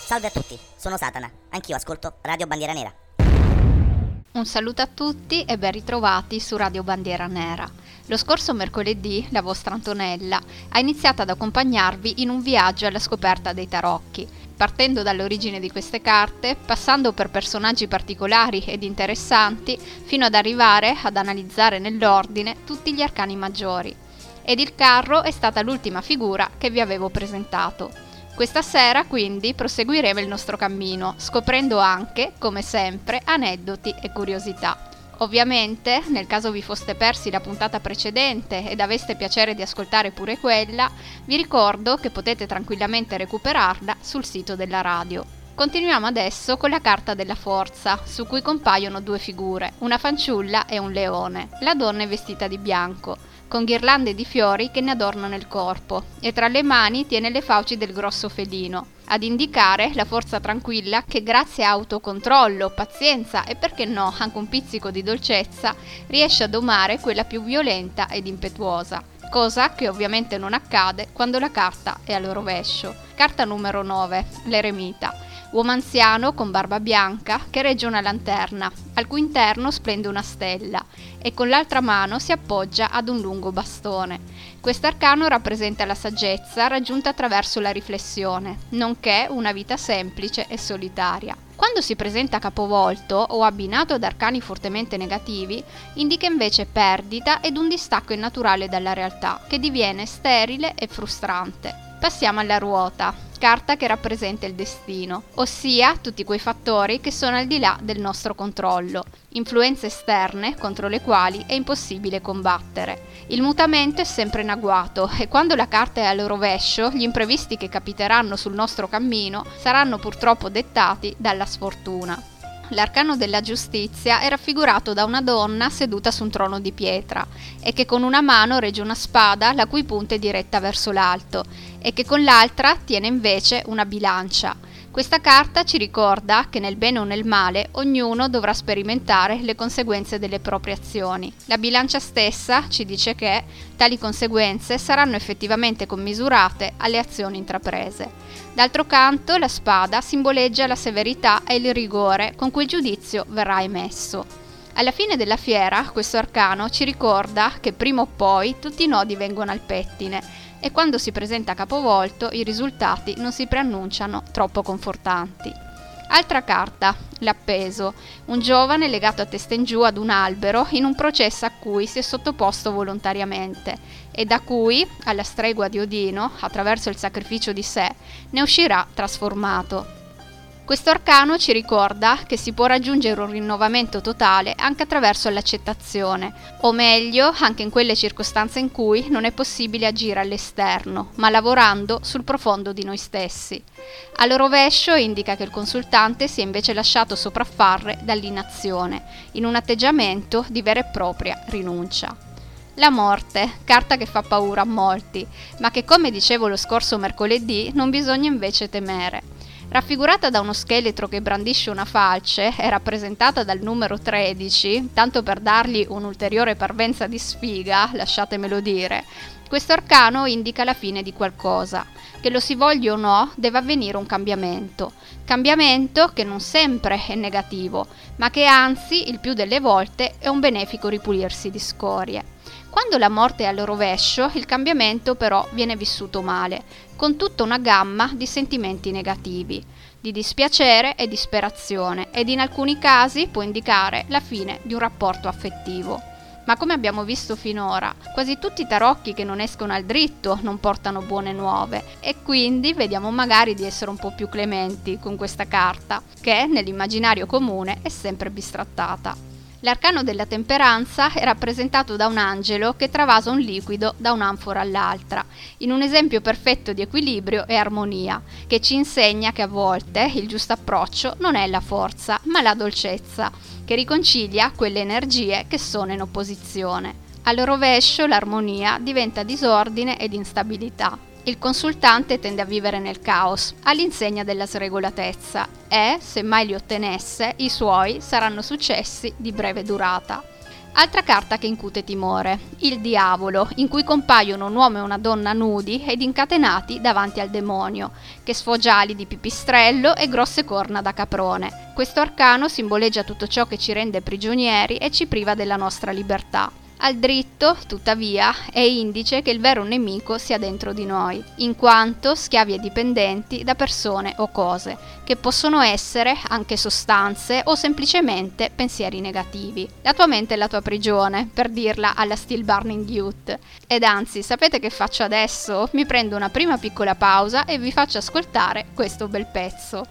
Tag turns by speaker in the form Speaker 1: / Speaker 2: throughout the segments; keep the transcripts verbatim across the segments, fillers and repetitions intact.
Speaker 1: Salve a tutti, sono Satana, anch'io ascolto Radio Bandiera Nera.
Speaker 2: Un saluto a tutti e ben ritrovati su Radio Bandiera Nera. Lo scorso mercoledì la vostra Antonella ha iniziato ad accompagnarvi in un viaggio alla scoperta dei tarocchi, partendo dall'origine di queste carte, passando per personaggi particolari ed interessanti, fino ad arrivare ad analizzare nell'ordine tutti gli arcani maggiori. Ed il carro è stata l'ultima figura che vi avevo presentato. Questa sera quindi proseguiremo il nostro cammino, scoprendo anche, come sempre, aneddoti e curiosità. Ovviamente, nel caso vi foste persi la puntata precedente ed aveste piacere di ascoltare pure quella, vi ricordo che potete tranquillamente recuperarla sul sito della radio. Continuiamo adesso con la carta della forza, su cui compaiono due figure, una fanciulla e un leone. La donna è vestita di bianco, con ghirlande di fiori che ne adornano il corpo, e tra le mani tiene le fauci del grosso felino, ad indicare la forza tranquilla che grazie a autocontrollo, pazienza e perché no anche un pizzico di dolcezza riesce a domare quella più violenta ed impetuosa, cosa che ovviamente non accade quando la carta è al rovescio. Carta numero nove, l'eremita. Uomo anziano con barba bianca che regge una lanterna, al cui interno splende una stella, e con l'altra mano si appoggia ad un lungo bastone. Quest'arcano rappresenta la saggezza raggiunta attraverso la riflessione, nonché una vita semplice e solitaria. Quando si presenta capovolto o abbinato ad arcani fortemente negativi, indica invece perdita ed un distacco innaturale dalla realtà, che diviene sterile e frustrante. Passiamo alla ruota, carta che rappresenta il destino, ossia tutti quei fattori che sono al di là del nostro controllo, influenze esterne contro le quali è impossibile combattere. Il mutamento è sempre in agguato e quando la carta è al rovescio, gli imprevisti che capiteranno sul nostro cammino saranno purtroppo dettati dalla sfortuna. L'arcano della giustizia è raffigurato da una donna seduta su un trono di pietra e che con una mano regge una spada la cui punta è diretta verso l'alto e che con l'altra tiene invece una bilancia. Questa carta ci ricorda che nel bene o nel male ognuno dovrà sperimentare le conseguenze delle proprie azioni. La bilancia stessa ci dice che tali conseguenze saranno effettivamente commisurate alle azioni intraprese. D'altro canto, la spada simboleggia la severità e il rigore con cui il giudizio verrà emesso. Alla fine della fiera, questo arcano ci ricorda che prima o poi tutti i nodi vengono al pettine e quando si presenta capovolto i risultati non si preannunciano troppo confortanti. Altra carta, l'appeso, un giovane legato a testa in giù ad un albero in un processo a cui si è sottoposto volontariamente e da cui, alla stregua di Odino, attraverso il sacrificio di sé, ne uscirà trasformato. Questo arcano ci ricorda che si può raggiungere un rinnovamento totale anche attraverso l'accettazione, o meglio, anche in quelle circostanze in cui non è possibile agire all'esterno, ma lavorando sul profondo di noi stessi. Al rovescio indica che il consultante si è invece lasciato sopraffare dall'inazione, in un atteggiamento di vera e propria rinuncia. La morte, carta che fa paura a molti, ma che come dicevo lo scorso mercoledì non bisogna invece temere. Raffigurata da uno scheletro che brandisce una falce e rappresentata dal numero tredici, tanto per dargli un'ulteriore parvenza di sfiga, lasciatemelo dire, questo arcano indica la fine di qualcosa. Che lo si voglia o no, deve avvenire un cambiamento. Cambiamento che non sempre è negativo, ma che anzi, il più delle volte, è un benefico ripulirsi di scorie. Quando la morte è al rovescio, il cambiamento però viene vissuto male, con tutta una gamma di sentimenti negativi, di dispiacere e disperazione, ed in alcuni casi può indicare la fine di un rapporto affettivo. Ma come abbiamo visto finora, quasi tutti i tarocchi che non escono al dritto non portano buone nuove e quindi vediamo magari di essere un po' più clementi con questa carta, che nell'immaginario comune è sempre bistrattata. L'arcano della temperanza è rappresentato da un angelo che travasa un liquido da un'anfora all'altra, in un esempio perfetto di equilibrio e armonia, che ci insegna che a volte il giusto approccio non è la forza, ma la dolcezza, che riconcilia quelle energie che sono in opposizione. Al rovescio l'armonia diventa disordine ed instabilità. Il consultante tende a vivere nel caos, all'insegna della sregolatezza, e, se mai li ottenesse, i suoi saranno successi di breve durata. Altra carta che incute timore, il diavolo, in cui compaiono un uomo e una donna nudi ed incatenati davanti al demonio, che sfoggia ali di pipistrello e grosse corna da caprone. Questo arcano simboleggia tutto ciò che ci rende prigionieri e ci priva della nostra libertà. Al dritto, tuttavia, è indice che il vero nemico sia dentro di noi, in quanto schiavi e dipendenti da persone o cose, che possono essere anche sostanze o semplicemente pensieri negativi. La tua mente è la tua prigione, per dirla alla Still Burning Youth. Ed anzi, sapete che faccio adesso? Mi prendo una prima piccola pausa e vi faccio ascoltare questo bel pezzo.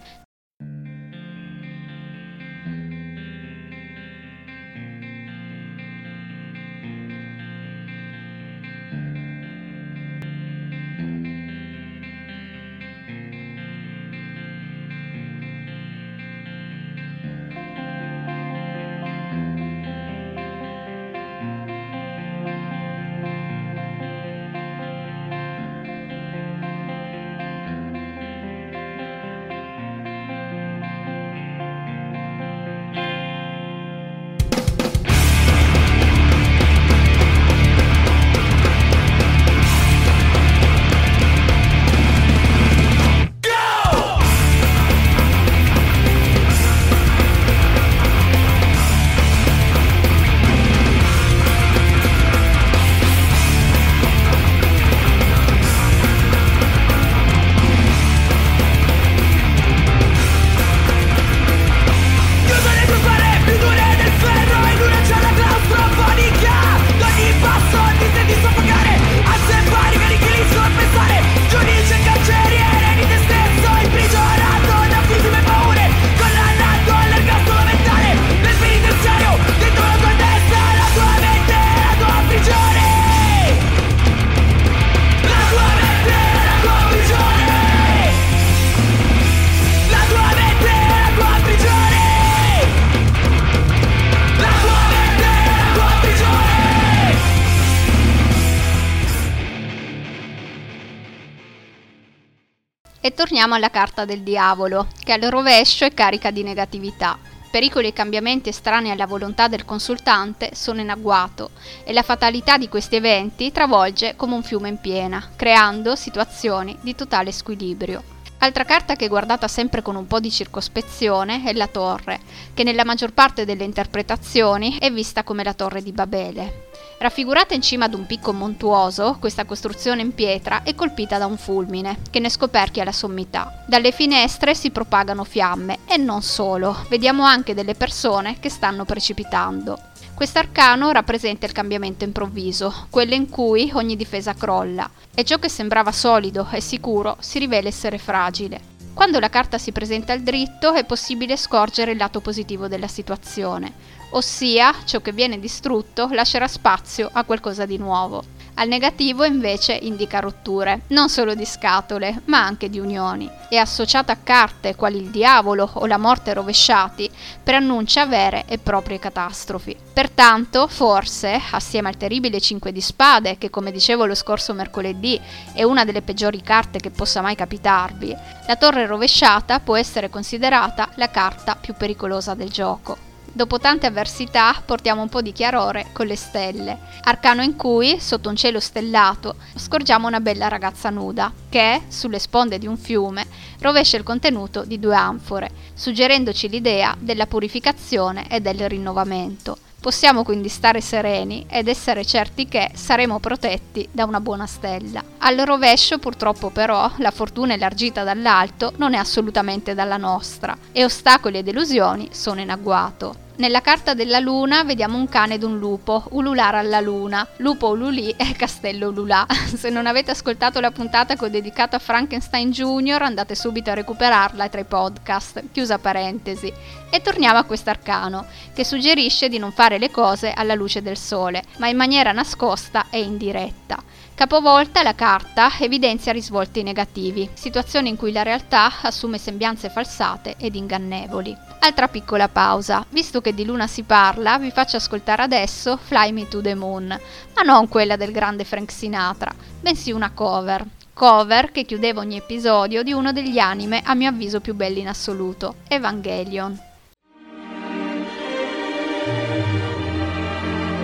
Speaker 2: E torniamo alla carta del diavolo, che al rovescio è carica di negatività. Pericoli e cambiamenti estranei alla volontà del consultante sono in agguato e la fatalità di questi eventi travolge come un fiume in piena, creando situazioni di totale squilibrio. Altra carta che è guardata sempre con un po' di circospezione è la torre, che nella maggior parte delle interpretazioni è vista come la torre di Babele. Raffigurata in cima ad un picco montuoso, questa costruzione in pietra è colpita da un fulmine, che ne scoperchia la sommità. Dalle finestre si propagano fiamme, e non solo, vediamo anche delle persone che stanno precipitando. Quest'arcano rappresenta il cambiamento improvviso, quello in cui ogni difesa crolla, e ciò che sembrava solido e sicuro si rivela essere fragile. Quando la carta si presenta al dritto è possibile scorgere il lato positivo della situazione, ossia ciò che viene distrutto lascerà spazio a qualcosa di nuovo. Al negativo invece indica rotture, non solo di scatole, ma anche di unioni. È associata a carte quali il diavolo o la morte rovesciati, preannuncia vere e proprie catastrofi. Pertanto, forse, assieme al terribile cinque di spade, che come dicevo lo scorso mercoledì è una delle peggiori carte che possa mai capitarvi, la torre rovesciata può essere considerata la carta più pericolosa del gioco. Dopo tante avversità portiamo un po' di chiarore con le stelle, arcano in cui, sotto un cielo stellato, scorgiamo una bella ragazza nuda che, sulle sponde di un fiume, rovescia il contenuto di due anfore, suggerendoci l'idea della purificazione e del rinnovamento. Possiamo quindi stare sereni ed essere certi che saremo protetti da una buona stella. Al rovescio, purtroppo però, la fortuna elargita dall'alto non è assolutamente dalla nostra e ostacoli e delusioni sono in agguato. Nella carta della luna vediamo un cane ed un lupo ululare alla luna, lupo ululì e castello ululà. Se non avete ascoltato la puntata che ho dedicato a Frankenstein Junior, andate subito a recuperarla tra i podcast, chiusa parentesi. E torniamo a quest'arcano, che suggerisce di non fare le cose alla luce del sole, ma in maniera nascosta e indiretta. Capovolta, la carta evidenzia risvolti negativi, situazioni in cui la realtà assume sembianze falsate ed ingannevoli. Altra piccola pausa, visto che di luna si parla, vi faccio ascoltare adesso Fly Me to the Moon, ma non quella del grande Frank Sinatra, bensì una cover. Cover che chiudeva ogni episodio di uno degli anime a mio avviso più belli in assoluto, Evangelion.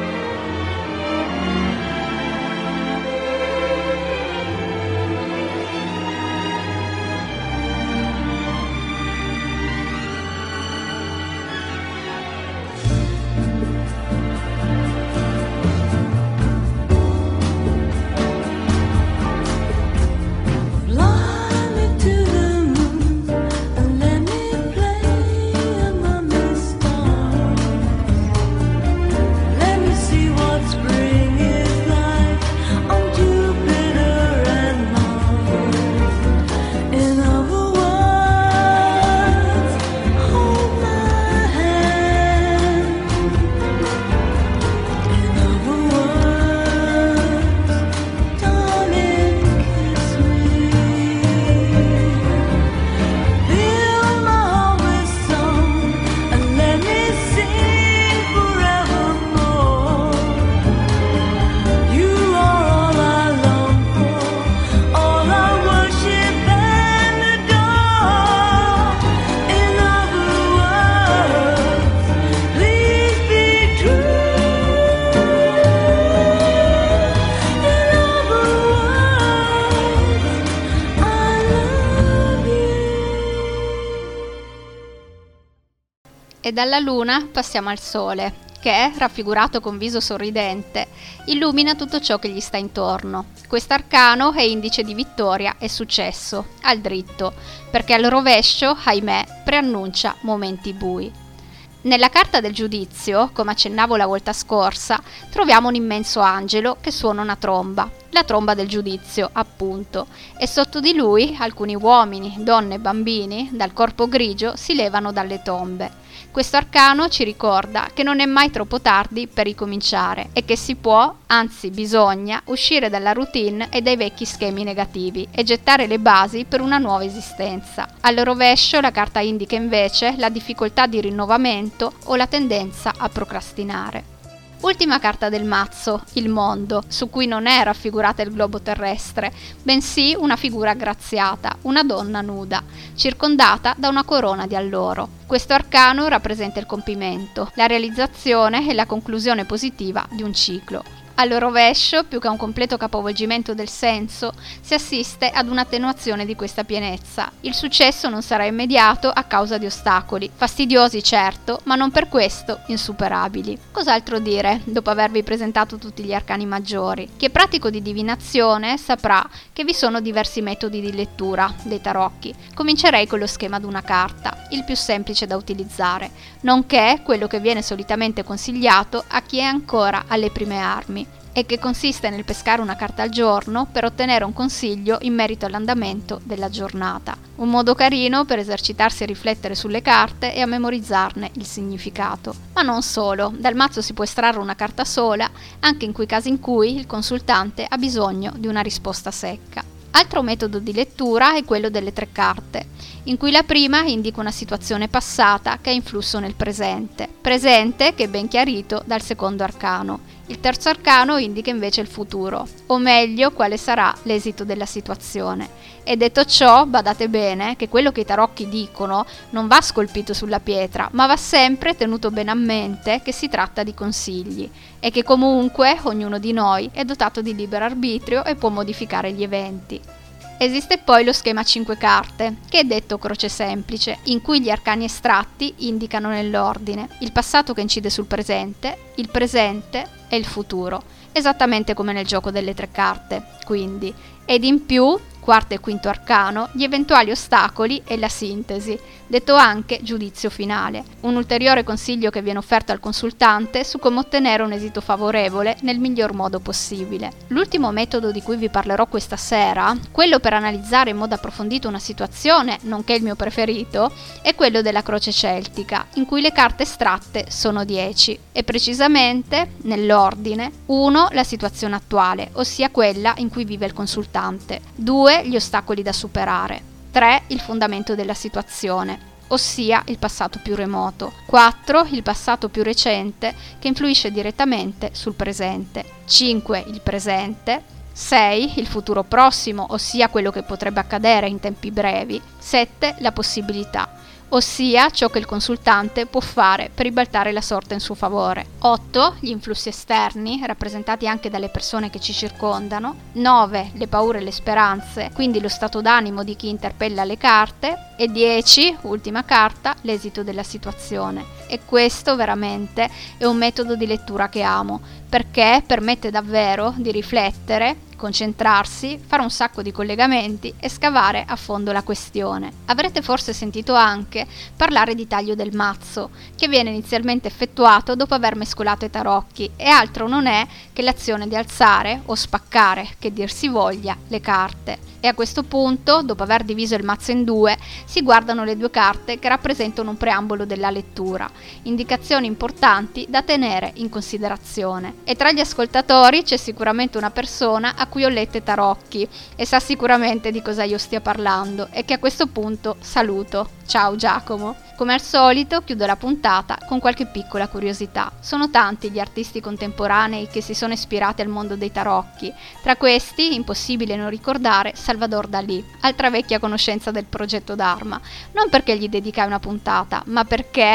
Speaker 2: E dalla luna passiamo al sole, che, raffigurato con viso sorridente, illumina tutto ciò che gli sta intorno. Quest'arcano è indice di vittoria e successo, al dritto, perché al rovescio, ahimè, preannuncia momenti bui. Nella carta del giudizio, come accennavo la volta scorsa, troviamo un immenso angelo che suona una tromba, la tromba del giudizio, appunto, e sotto di lui alcuni uomini, donne e bambini, dal corpo grigio, si levano dalle tombe. Questo arcano ci ricorda che non è mai troppo tardi per ricominciare e che si può, anzi bisogna, uscire dalla routine e dai vecchi schemi negativi e gettare le basi per una nuova esistenza. Al rovescio la carta indica invece la difficoltà di rinnovamento o la tendenza a procrastinare. Ultima carta del mazzo, il mondo, su cui non è raffigurata il globo terrestre, bensì una figura aggraziata, una donna nuda, circondata da una corona di alloro. Questo arcano rappresenta il compimento, la realizzazione e la conclusione positiva di un ciclo. Al rovescio, più che a un completo capovolgimento del senso, si assiste ad un'attenuazione di questa pienezza. Il successo non sarà immediato a causa di ostacoli, fastidiosi certo, ma non per questo insuperabili. Cos'altro dire, dopo avervi presentato tutti gli arcani maggiori? Chi è pratico di divinazione saprà che vi sono diversi metodi di lettura dei tarocchi. Comincerei con lo schema di una carta, il più semplice da utilizzare, nonché quello che viene solitamente consigliato a chi è ancora alle prime armi, e che consiste nel pescare una carta al giorno per ottenere un consiglio in merito all'andamento della giornata. Un modo carino per esercitarsi a riflettere sulle carte e a memorizzarne il significato. Ma non solo, dal mazzo si può estrarre una carta sola, anche in quei casi in cui il consultante ha bisogno di una risposta secca. Altro metodo di lettura è quello delle tre carte, in cui la prima indica una situazione passata che è in flusso nel presente, presente che è ben chiarito dal secondo arcano. Il terzo arcano indica invece il futuro, o meglio quale sarà l'esito della situazione. E detto ciò, badate bene che quello che i tarocchi dicono non va scolpito sulla pietra, ma va sempre tenuto bene a mente che si tratta di consigli e che comunque ognuno di noi è dotato di libero arbitrio e può modificare gli eventi. Esiste poi lo schema a cinque carte, che è detto croce semplice, in cui gli arcani estratti indicano nell'ordine il passato che incide sul presente, il presente e il futuro, esattamente come nel gioco delle tre carte, quindi, ed in più, quarto e quinto arcano, gli eventuali ostacoli e la sintesi, detto anche giudizio finale, un ulteriore consiglio che viene offerto al consultante su come ottenere un esito favorevole nel miglior modo possibile. L'ultimo metodo di cui vi parlerò questa sera, quello per analizzare in modo approfondito una situazione, nonché il mio preferito, è quello della croce celtica, in cui le carte estratte sono dieci, e precisamente, nell'ordine, uno la situazione attuale, ossia quella in cui vive il consultante, due gli ostacoli da superare, tre il fondamento della situazione, ossia il passato più remoto, quattro il passato più recente che influisce direttamente sul presente, cinque il presente, sei il futuro prossimo, ossia quello che potrebbe accadere in tempi brevi, sette la possibilità, ossia ciò che il consultante può fare per ribaltare la sorte in suo favore. otto gli influssi esterni, rappresentati anche dalle persone che ci circondano. nove le paure e le speranze, quindi lo stato d'animo di chi interpella le carte. E dieci, ultima carta, l'esito della situazione. E questo veramente è un metodo di lettura che amo, perché permette davvero di riflettere, concentrarsi, fare un sacco di collegamenti e scavare a fondo la questione. Avrete forse sentito anche parlare di taglio del mazzo, che viene inizialmente effettuato dopo aver mescolato i tarocchi, e altro non è che l'azione di alzare o spaccare, che dir si voglia, le carte. E a questo punto, dopo aver diviso il mazzo in due, si guardano le due carte che rappresentano un preambolo della lettura, indicazioni importanti da tenere in considerazione. E tra gli ascoltatori c'è sicuramente una persona a cui ho letto i tarocchi e sa sicuramente di cosa io stia parlando, e che a questo punto saluto. Ciao Giacomo! Come al solito chiudo la puntata con qualche piccola curiosità. Sono tanti gli artisti contemporanei che si sono ispirati al mondo dei tarocchi. Tra questi, impossibile non ricordare Salvador Dalì, altra vecchia conoscenza del progetto Dharma. Non perché gli dedicai una puntata, ma perché in quella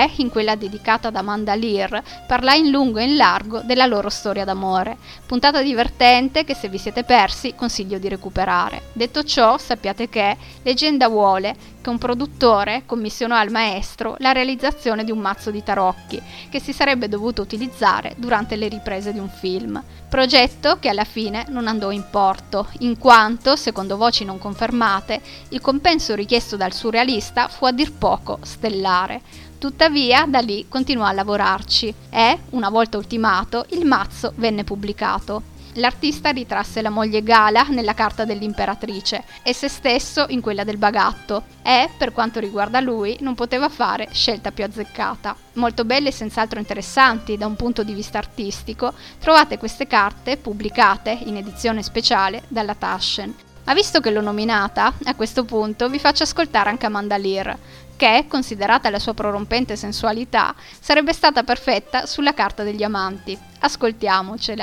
Speaker 2: quella dedicata ad Amanda Lear, parla in lungo e in largo della loro storia d'amore. Puntata divertente che, se vi siete persi, consiglio di recuperare. Detto ciò, sappiate che leggenda vuole che un produttore commissionò al maestro la realizzazione di un mazzo di tarocchi che si sarebbe dovuto utilizzare durante le riprese di un film. Progetto che alla fine non andò in porto, in quanto, secondo voci non confermate, il compenso richiesto dal surrealista fu a dir poco stellare. Tuttavia, da lì continuò a lavorarci e, una volta ultimato, il mazzo venne pubblicato. L'artista ritrasse la moglie Gala nella carta dell'imperatrice e se stesso in quella del bagatto e, per quanto riguarda lui, non poteva fare scelta più azzeccata. Molto belle e senz'altro interessanti da un punto di vista artistico, trovate queste carte pubblicate in edizione speciale dalla Taschen. Ma visto che l'ho nominata, a questo punto vi faccio ascoltare anche Amanda Lear, che, considerata la sua prorompente sensualità, sarebbe stata perfetta sulla carta degli amanti. Ascoltiamocela.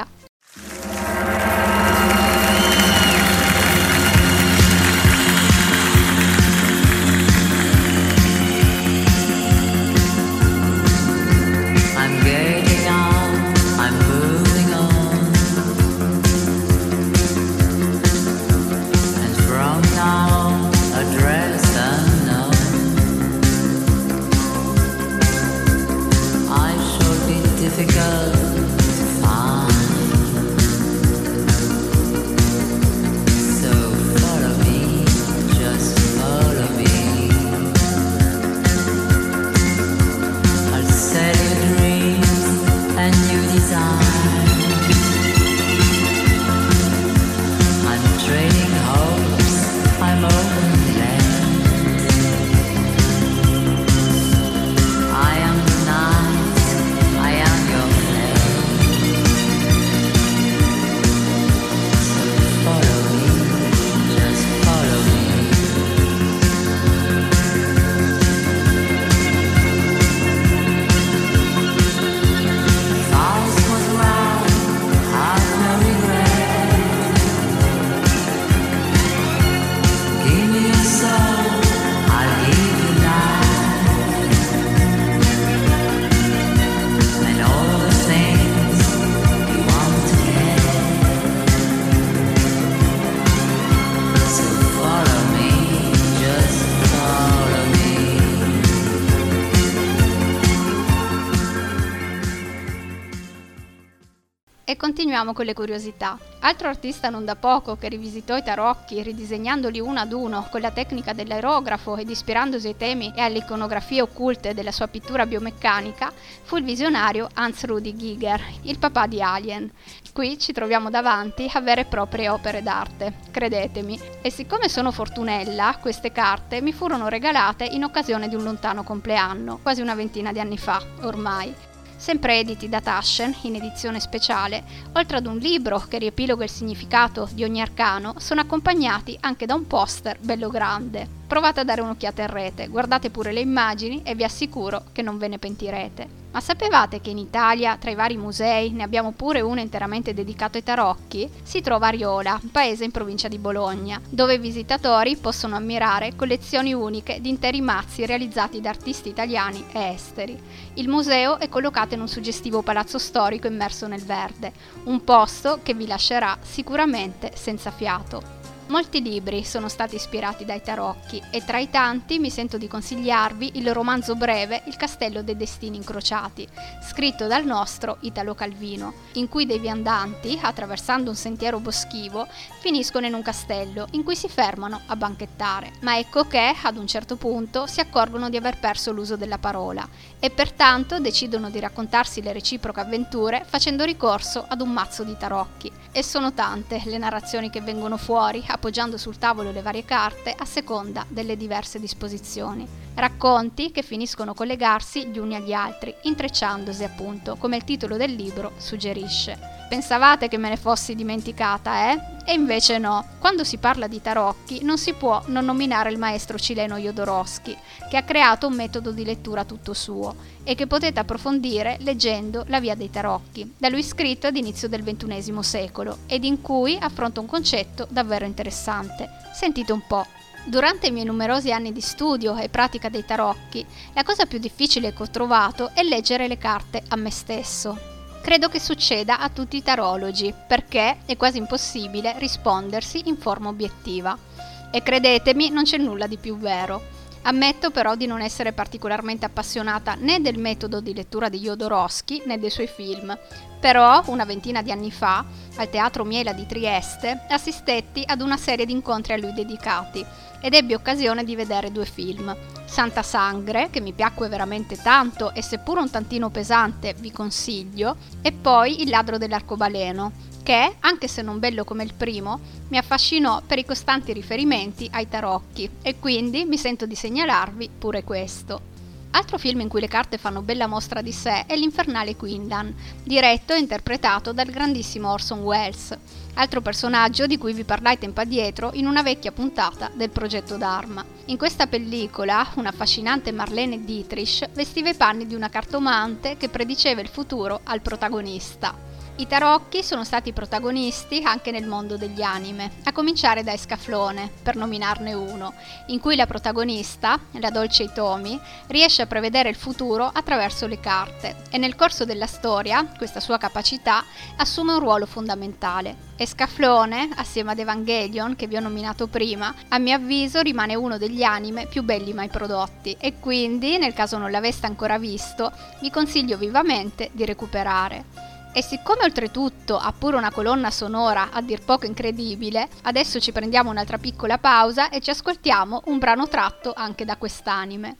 Speaker 3: Difficult to find.
Speaker 2: E continuiamo con le curiosità. Altro artista non da poco che rivisitò i tarocchi ridisegnandoli uno ad uno con la tecnica dell'aerografo ed ispirandosi ai temi e alle iconografie occulte della sua pittura biomeccanica fu il visionario Hans Rudi Giger, il papà di Alien. Qui ci troviamo davanti a vere e proprie opere d'arte, credetemi. E siccome sono fortunella, queste carte mi furono regalate in occasione di un lontano compleanno, quasi una ventina di anni fa, ormai. Sempre editi da Taschen, in edizione speciale, oltre ad un libro che riepiloga il significato di ogni arcano, sono accompagnati anche da un poster bello grande. Provate a dare un'occhiata in rete, guardate pure le immagini e vi assicuro che non ve ne pentirete. Ma sapevate che in Italia, tra i vari musei, ne abbiamo pure uno interamente dedicato ai tarocchi? Si trova a Riola, paese in provincia di Bologna, dove i visitatori possono ammirare collezioni uniche di interi mazzi realizzati da artisti italiani e esteri. Il museo è collocato in un suggestivo palazzo storico immerso nel verde, un posto che vi lascerà sicuramente senza fiato. Molti libri sono stati ispirati dai tarocchi e tra i tanti mi sento di consigliarvi il romanzo breve Il castello dei destini incrociati, scritto dal nostro Italo Calvino, in cui dei viandanti, attraversando un sentiero boschivo, finiscono in un castello in cui si fermano a banchettare. Ma ecco che, ad un certo punto, si accorgono di aver perso l'uso della parola e pertanto decidono di raccontarsi le reciproche avventure facendo ricorso ad un mazzo di tarocchi. E sono tante le narrazioni che vengono fuori, appoggiando sul tavolo le varie carte a seconda delle diverse disposizioni. Racconti che finiscono con legarsi gli uni agli altri, intrecciandosi appunto, come il titolo del libro suggerisce. Pensavate che me ne fossi dimenticata, eh? E invece no. Quando si parla di tarocchi non si può non nominare il maestro cileno Jodorowsky, che ha creato un metodo di lettura tutto suo e che potete approfondire leggendo La Via dei Tarocchi, da lui scritto ad inizio del ventunesimo secolo ed in cui affronta un concetto davvero interessante. Sentite un po'. Durante i miei numerosi anni di studio e pratica dei tarocchi, la cosa più difficile che ho trovato è leggere le carte a me stesso. Credo che succeda a tutti i tarologi, perché è quasi impossibile rispondersi in forma obiettiva. E credetemi, non c'è nulla di più vero. Ammetto però di non essere particolarmente appassionata né del metodo di lettura di Jodorowsky né dei suoi film, però una ventina di anni fa, al Teatro Miela di Trieste, assistetti ad una serie di incontri a lui dedicati ed ebbi occasione di vedere due film. Santa Sangre, che mi piacque veramente tanto e seppur un tantino pesante vi consiglio, e poi Il ladro dell'arcobaleno, che, anche se non bello come il primo, mi affascinò per i costanti riferimenti ai tarocchi e quindi mi sento di segnalarvi pure questo. Altro film in cui le carte fanno bella mostra di sé è L'Infernale Quinlan, diretto e interpretato dal grandissimo Orson Welles, altro personaggio di cui vi parlai tempo addietro in una vecchia puntata del Progetto Dharma. In questa pellicola, una affascinante Marlene Dietrich vestiva i panni di una cartomante che prediceva il futuro al protagonista. I tarocchi sono stati protagonisti anche nel mondo degli anime, a cominciare da Escaflone, per nominarne uno, in cui la protagonista, la Dolce Itomi, riesce a prevedere il futuro attraverso le carte e nel corso della storia questa sua capacità assume un ruolo fondamentale. Escaflone, assieme ad Evangelion, che vi ho nominato prima, a mio avviso rimane uno degli anime più belli mai prodotti e quindi, nel caso non l'aveste ancora visto, vi consiglio vivamente di recuperare. E siccome oltretutto ha pure una colonna sonora a dir poco incredibile, adesso ci prendiamo un'altra piccola pausa e ci ascoltiamo un brano tratto anche da quest'anime.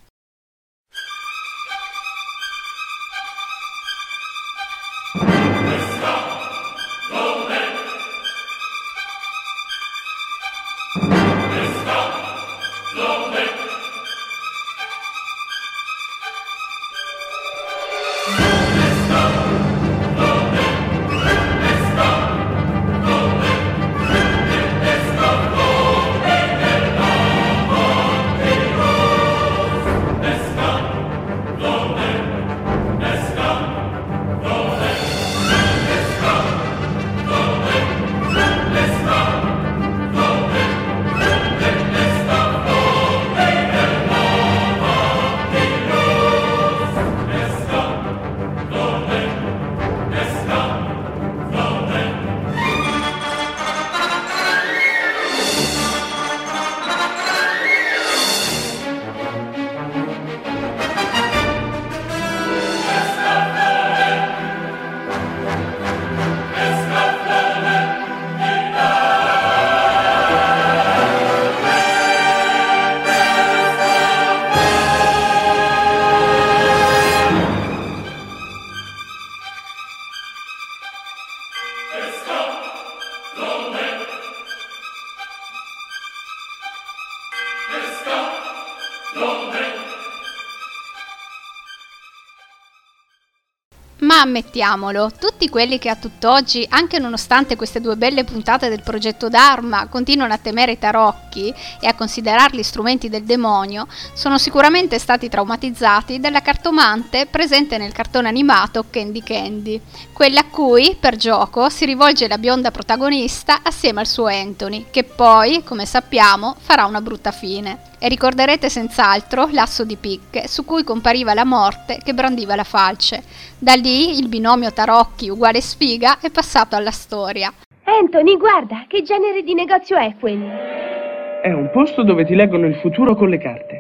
Speaker 2: Ma ammettiamolo, tutti quelli che a tutt'oggi, anche nonostante queste due belle puntate del Progetto Dharma, continuano a temere i tarocchi e a considerarli strumenti del demonio, sono sicuramente stati traumatizzati dalla cartomante presente nel cartone animato Candy Candy, quella a cui, per gioco, si rivolge la bionda protagonista assieme al suo Anthony, che poi, come sappiamo, farà una brutta fine. E ricorderete senz'altro l'asso di picche su cui compariva la morte che brandiva la falce. Da lì il binomio tarocchi uguale sfiga è passato alla storia.
Speaker 4: Anthony, guarda, che genere di negozio è quello?
Speaker 5: È un posto dove ti leggono il futuro con le carte.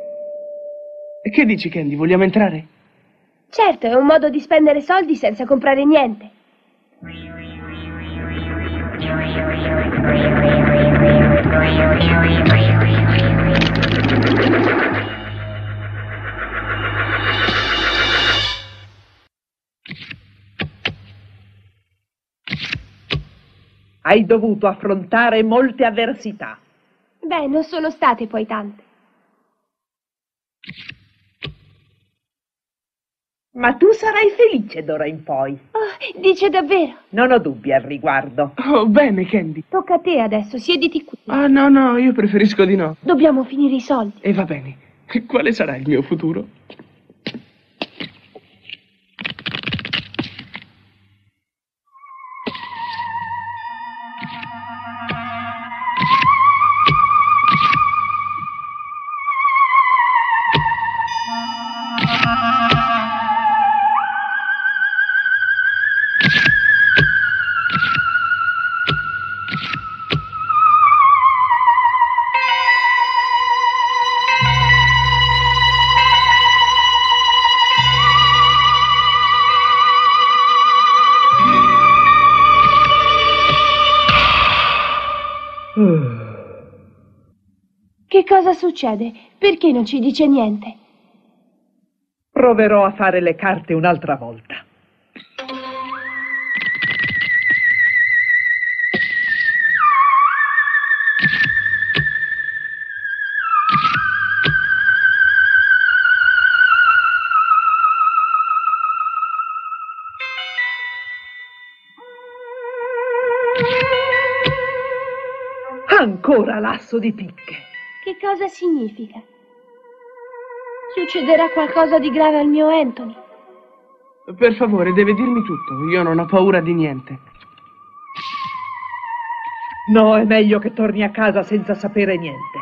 Speaker 5: E che dici, Candy? Vogliamo entrare?
Speaker 4: Certo, è un modo di spendere soldi senza comprare niente.
Speaker 6: Hai dovuto affrontare molte avversità.
Speaker 4: Beh, non sono state poi tante.
Speaker 6: Ma tu sarai felice d'ora in poi.
Speaker 4: Oh, dice davvero?
Speaker 6: Non ho dubbi al riguardo.
Speaker 5: Oh, bene, Candy.
Speaker 4: Tocca a te adesso, siediti qui.
Speaker 5: Ah, no, no, io preferisco di no.
Speaker 4: Dobbiamo finire i soldi.
Speaker 5: E va bene. Quale sarà il mio futuro?
Speaker 4: cosa succede? Perché non ci dice niente?
Speaker 6: Proverò a fare le carte un'altra volta. Ancora l'asso di picche.
Speaker 4: Che cosa significa? Succederà qualcosa di grave al mio Anthony.
Speaker 5: Per favore, deve dirmi tutto. Io non ho paura di niente.
Speaker 6: No, è meglio che torni a casa senza sapere niente.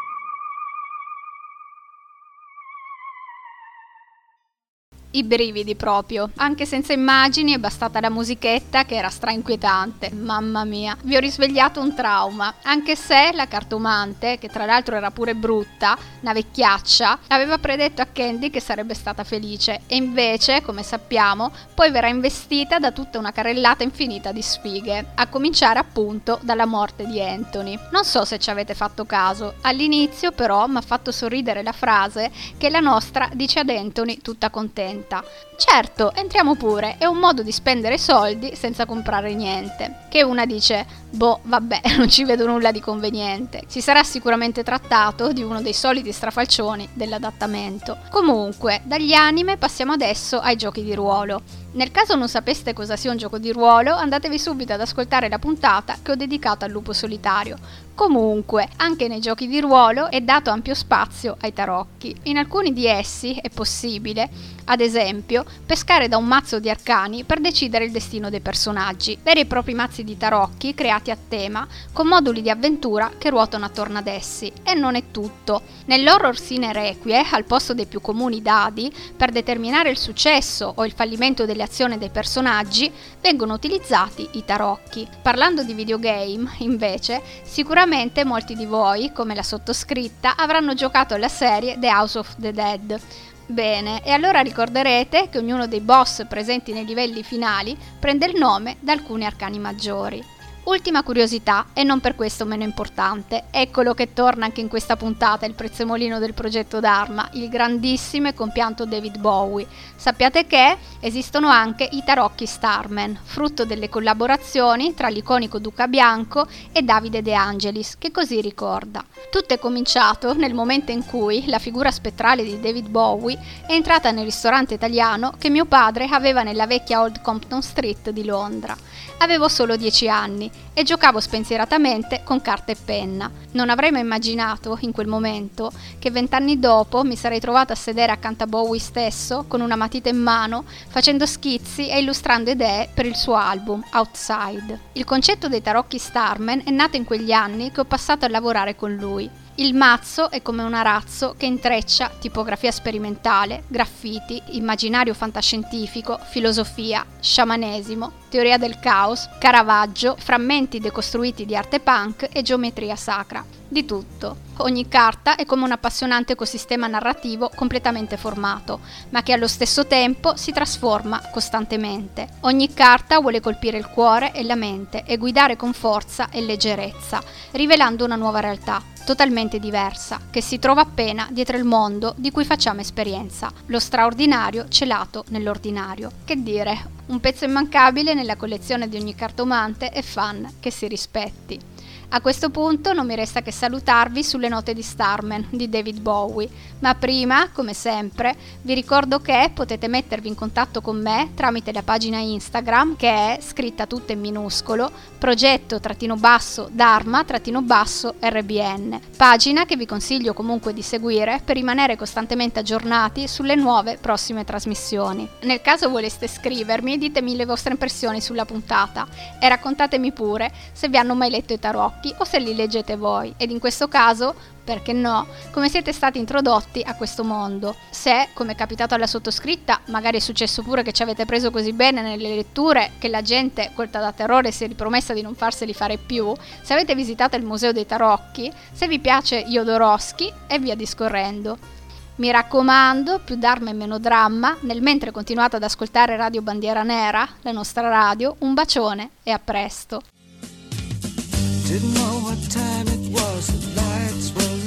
Speaker 2: I brividi proprio, anche senza immagini è bastata la musichetta che era strainquietante, mamma mia, vi ho risvegliato un trauma, anche se la cartomante, che tra l'altro era pure brutta, una vecchiaccia, aveva predetto a Candy che sarebbe stata felice e invece, come sappiamo, poi verrà investita da tutta una carrellata infinita di sfighe, a cominciare appunto dalla morte di Anthony. Non so se ci avete fatto caso, all'inizio però mi ha fatto sorridere la frase che la nostra dice ad Anthony tutta contenta. Certo, entriamo pure, è un modo di spendere soldi senza comprare niente. Che una dice, boh, vabbè, non ci vedo nulla di conveniente. Si sarà sicuramente trattato di uno dei soliti strafalcioni dell'adattamento. Comunque, dagli anime passiamo adesso ai giochi di ruolo. Nel caso non sapeste cosa sia un gioco di ruolo, andatevi subito ad ascoltare la puntata che ho dedicato al lupo solitario. Comunque, anche nei giochi di ruolo è dato ampio spazio ai tarocchi. In alcuni di essi è possibile, ad esempio, pescare da un mazzo di arcani per decidere il destino dei personaggi, veri e propri mazzi di tarocchi creati a tema, con moduli di avventura che ruotano attorno ad essi. E non è tutto. Nell'horror Sine Requie, al posto dei più comuni dadi, per determinare il successo o il fallimento delle azioni dei personaggi, vengono utilizzati i tarocchi. Parlando di videogame, invece, sicuramente molti di voi, come la sottoscritta, avranno giocato alla serie The House of the Dead. Bene, e allora ricorderete che ognuno dei boss presenti nei livelli finali prende il nome da alcuni arcani maggiori. Ultima curiosità, e non per questo meno importante, eccolo che torna anche in questa puntata il prezzemolino del progetto Dharma, il grandissimo e compianto David Bowie. Sappiate che esistono anche i tarocchi Starman, frutto delle collaborazioni tra l'iconico Duca Bianco e Davide De Angelis, che così ricorda. Tutto è cominciato nel momento in cui la figura spettrale di David Bowie è entrata nel ristorante italiano che mio padre aveva nella vecchia Old Compton Street di Londra. Avevo solo dieci anni e giocavo spensieratamente con carta e penna. Non avrei mai immaginato, in quel momento, che vent'anni dopo mi sarei trovata a sedere accanto a Bowie stesso, con una matita in mano, facendo schizzi e illustrando idee per il suo album, Outside. Il concetto dei tarocchi Starman è nato in quegli anni che ho passato a lavorare con lui. Il mazzo è come un arazzo che intreccia tipografia sperimentale, graffiti, immaginario fantascientifico, filosofia, sciamanesimo, teoria del caos, Caravaggio, frammenti decostruiti di arte punk e geometria sacra. Di tutto. Ogni carta è come un appassionante ecosistema narrativo completamente formato, ma che allo stesso tempo si trasforma costantemente. Ogni carta vuole colpire il cuore e la mente e guidare con forza e leggerezza, rivelando una nuova realtà, totalmente diversa, che si trova appena dietro il mondo di cui facciamo esperienza, lo straordinario celato nell'ordinario. Che dire, un pezzo immancabile nella collezione di ogni cartomante e fan che si rispetti. A questo punto non mi resta che salutarvi sulle note di Starman di David Bowie, ma prima, come sempre, vi ricordo che potete mettervi in contatto con me tramite la pagina Instagram che è scritta tutta in minuscolo, progetto trattino basso Dharma trattino basso R B N, pagina che vi consiglio comunque di seguire per rimanere costantemente aggiornati sulle nuove prossime trasmissioni. Nel caso voleste scrivermi, ditemi le vostre impressioni sulla puntata e raccontatemi pure se vi hanno mai letto i tarocchi o se li leggete voi, ed in questo caso, perché no, come siete stati introdotti a questo mondo. Se, come è capitato alla sottoscritta, magari è successo pure che ci avete preso così bene nelle letture che la gente, colta da terrore, si è ripromessa di non farseli fare più, se avete visitato il Museo dei Tarocchi, se vi piace Jodorowsky e via discorrendo. Mi raccomando, più Dharma e meno dramma, nel mentre continuate ad ascoltare Radio Bandiera Nera, la nostra radio, un bacione e a presto.
Speaker 3: Didn't know what time it was, the lights were low.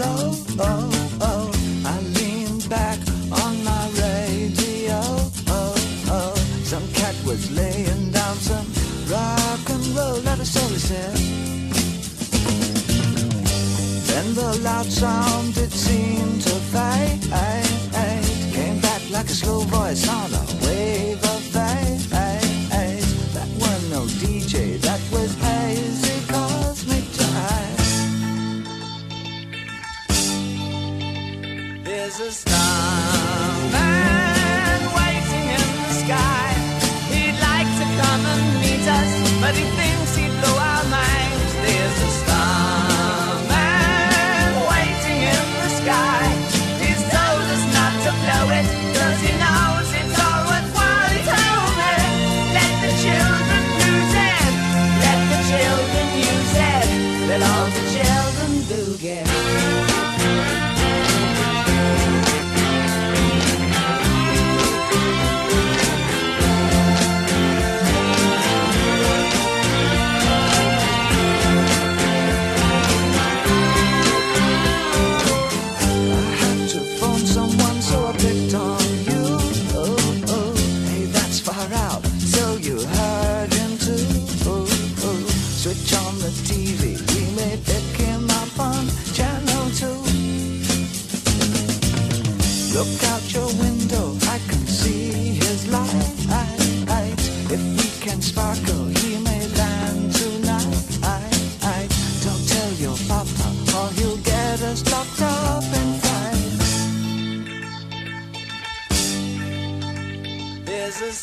Speaker 7: oh, oh, oh. I leaned back on my radio, oh, oh. Some cat was laying down some rock and roll, let us all said. Then the loud sound did seem to fade, came back like a slow voice on a wave of fate. That was no D J, that was hazy cosmic jive. There's a starman waiting in the sky. He'd like to come and meet us, but he thinks he'd blow our minds. There's a starman waiting in the sky. He's told us not to blow it, cause he knows it's all worthwhile. He told me, let the children use it, let the children use it, let all the children do get. Switch on the T V, we may pick him up on channel two. Look out your window, I can see his light. If we can sparkle, he may land tonight. Don't tell your papa, or he'll get us locked up in fight. There's a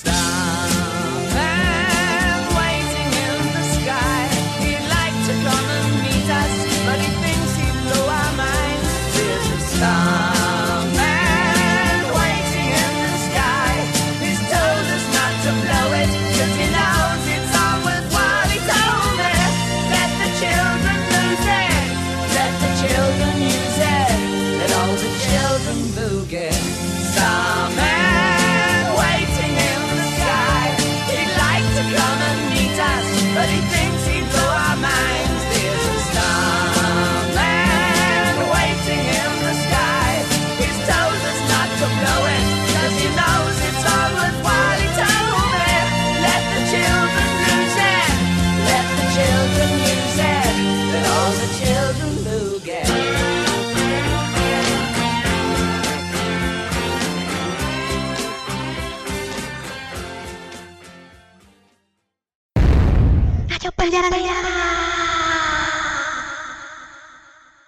Speaker 7: starman waiting in the sky. He'd like to come and meet us, but he thinks he'd blow our minds. There's a starman waiting in the sky. He's told us not to blow it, cause he knows it's all worthwhile. He told me, let the children lose it, let the children use it, let all the children boogie. Starman waiting in the sky. He'd like to come and meet us, but he thinks he'd blow our minds. There's a starman waiting in the sky. He's told us not to blow it, cause he knows it's all worthwhile. He told me, let the children lose it, let the children use it, let all the children boogie.
Speaker 8: Radio Bandiera Nera.